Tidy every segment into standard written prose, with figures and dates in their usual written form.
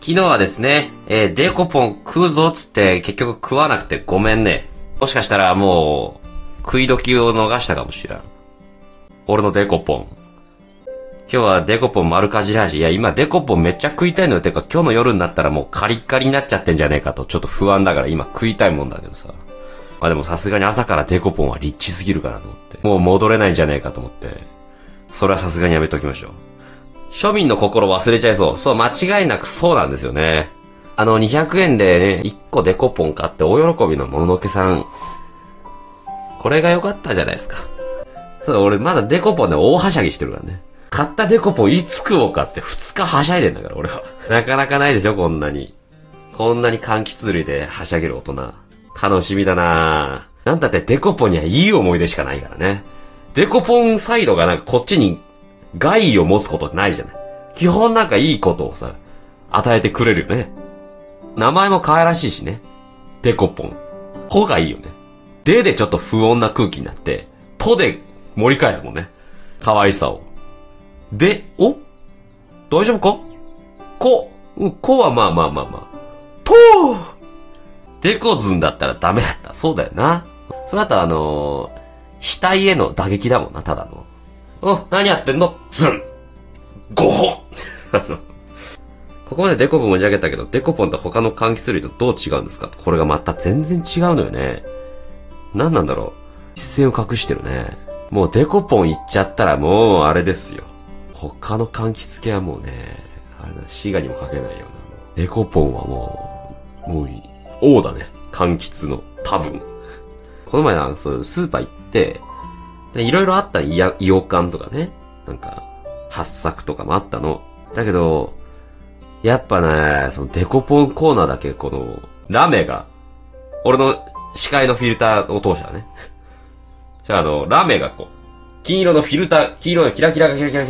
昨日はですね、デコポン食うぞっつって結局食わなくてごめんね。もしかしたらもう、食い時を逃したかもしらん。俺のデコポン。今日はデコポン丸かじり味。いや、今デコポンめっちゃ食いたいのよ。てか今日の夜になったらもうカリッカリになっちゃってんじゃねえかとちょっと不安だから今食いたいもんだけどさ。まあでもさすがに朝からデコポンはリッチすぎるかなと思って。もう戻れないんじゃねえかと思って。それはさすがにやめておきましょう。庶民の心忘れちゃいそう。そう、間違いなくそうなんですよね。200円でね、1個デコポン買って大喜びのもののけさん。これが良かったじゃないですか。そうだ、俺まだデコポンで大はしゃぎしてるからね。買ったデコポンいつ食おうかつって2日はしゃいでんだから、俺は。なかなかないですよ、こんなに。こんなに柑橘類ではしゃげる大人。楽しみだなぁ。なんだってデコポンにはいい思い出しかないからね。デコポンサイドがなんかこっちに害を持つことってないじゃない。基本なんかいいことをさ、与えてくれるよね。名前も可愛らしいしね。デコポン。ポがいいよね。デでちょっと不穏な空気になって、ポで盛り返すもんね。可愛さを。で、大丈夫かコはまあ。ポーデコズンだったらダメだった。そうだよな。その後額への打撃だもんな、ただの。何やってんのズンゴホここまでデコポン持ち上げたけど、デコポンと他の柑橘類とどう違うんですか？これがまた全然違うのよね。何なんだろう。一線を隠してるね。もうデコポンいっちゃったらもうあれですよ。他の柑橘系はもうね、あれだ、シガにも書けないような。デコポンはもう王だね。柑橘の多分。この前そうスーパー行って、いろいろあったイオカンとかね。なんか、八作とかもあったの。だけど、やっぱね、そのデコポンコーナーだけこの、ラメが、俺の視界のフィルターを通したらね。じゃあラメがこう、金色のフィルター、黄色のキラキラ。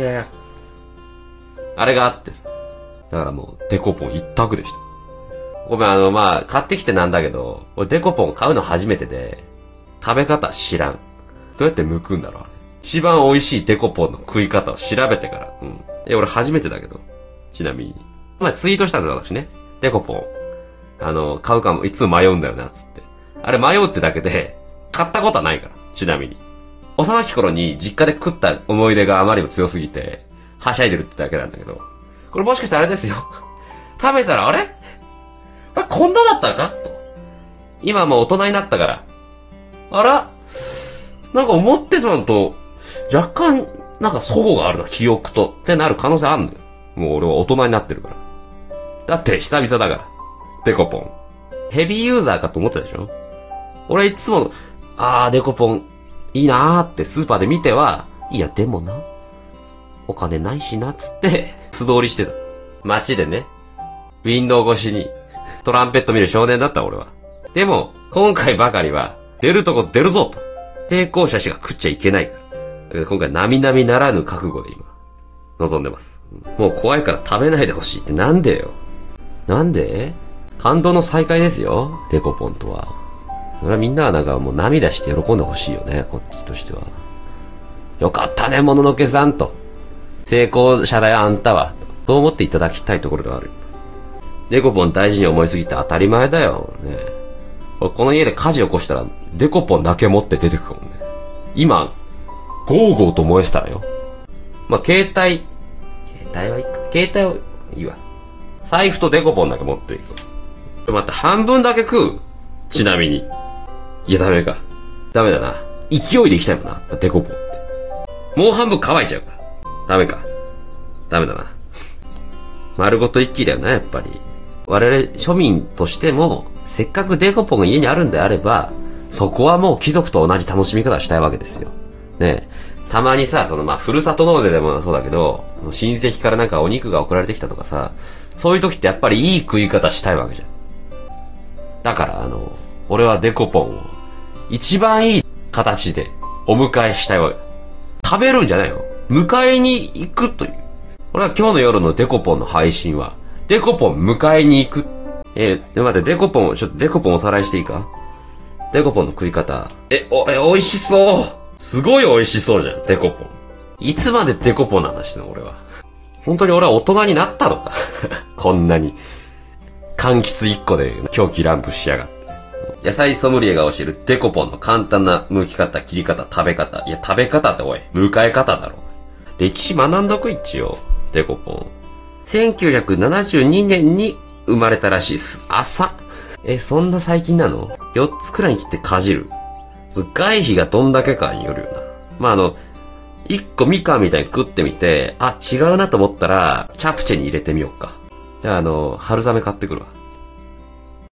あれがあってさ。だからもう、デコポン一択でした。ごめん、買ってきてなんだけど、俺デコポン買うの初めてで、食べ方知らん。どうやって剥くんだろう？一番美味しいデコポンの食い方を調べてから。俺初めてだけど。ちなみに。ツイートしたんですよ、私ね。デコポン。買うかも、いつも迷うんだよな、つって。あれ迷うってだけで、買ったことはないから。ちなみに。幼き頃に実家で食った思い出があまりにも強すぎて、はしゃいでるってだけなんだけど。これもしかしてあれですよ。食べたら、あれこんなだったかと。今もう大人になったから。あらなんか思ってたのと、若干、なんか齟齬があるな、記憶と。ってなる可能性あるのよ。もう俺は大人になってるから。だって久々だから。デコポン。ヘビーユーザーかと思ったでしょ？俺いつも、デコポン、いいなーってスーパーで見ては、いやでもな、お金ないしな、つって、素通りしてた。街でね、ウィンドウ越しに、トランペット見る少年だった俺は。でも、今回ばかりは、出るとこ出るぞと。抵抗者しか食っちゃいけないから。だけど今回並々ならぬ覚悟で今、望んでます。もう怖いから食べないでほしいってなんでよ。なんで？感動の再会ですよ。デコポンとは。それはみんなはなんかもう涙して喜んでほしいよね。こっちとしては。よかったね、もののけさんと。成功者だよ、あんたは。そう思っていただきたいところではある。デコポン大事に思いすぎて当たり前だよ。ね。俺この家で火事起こしたら、デコポンだけ持って出てくかもね。今、ゴーゴーと燃えてたらよ。携帯はいいか。携帯はいいわ。財布とデコポンだけ持っていく。待って、半分だけ食う？ちなみに。いや、ダメか。ダメだな。勢いでいきたいもんな。デコポンって。もう半分乾いちゃうから。ダメか。ダメだな。丸ごと一気だよな、やっぱり。我々庶民としても、せっかくデコポンが家にあるんであれば、そこはもう貴族と同じ楽しみ方をしたいわけですよ。ねえ。たまにさ、ふるさと納税でもそうだけど、親戚からなんかお肉が送られてきたとかさ、そういう時ってやっぱりいい食い方したいわけじゃん。だから俺はデコポンを一番いい形でお迎えしたいわけ。食べるんじゃないよ。迎えに行くという。俺は今日の夜のデコポンの配信は、デコポン迎えに行く。待って、デコポンおさらいしていいか？デコポンの食い方。美味しそう。すごい美味しそうじゃん、デコポン。いつまでデコポンの話してんの、俺は。本当に俺は大人になったのかこんなに。 柑橘1個で狂気乱舞しやがって。野菜ソムリエが教えるデコポンの簡単な剥き方、切り方、食べ方。いや、食べ方っておい、迎え方だろ。歴史学んどく一応、デコポン。1972年に生まれたらしいっす。朝。そんな最近なの？ 4 つくらいに切ってかじる。外皮がどんだけかによるよな。まあ、1個みかんみたいに食ってみて、あ、違うなと思ったら、チャプチェに入れてみようか。じゃあ、春雨買ってくるわ。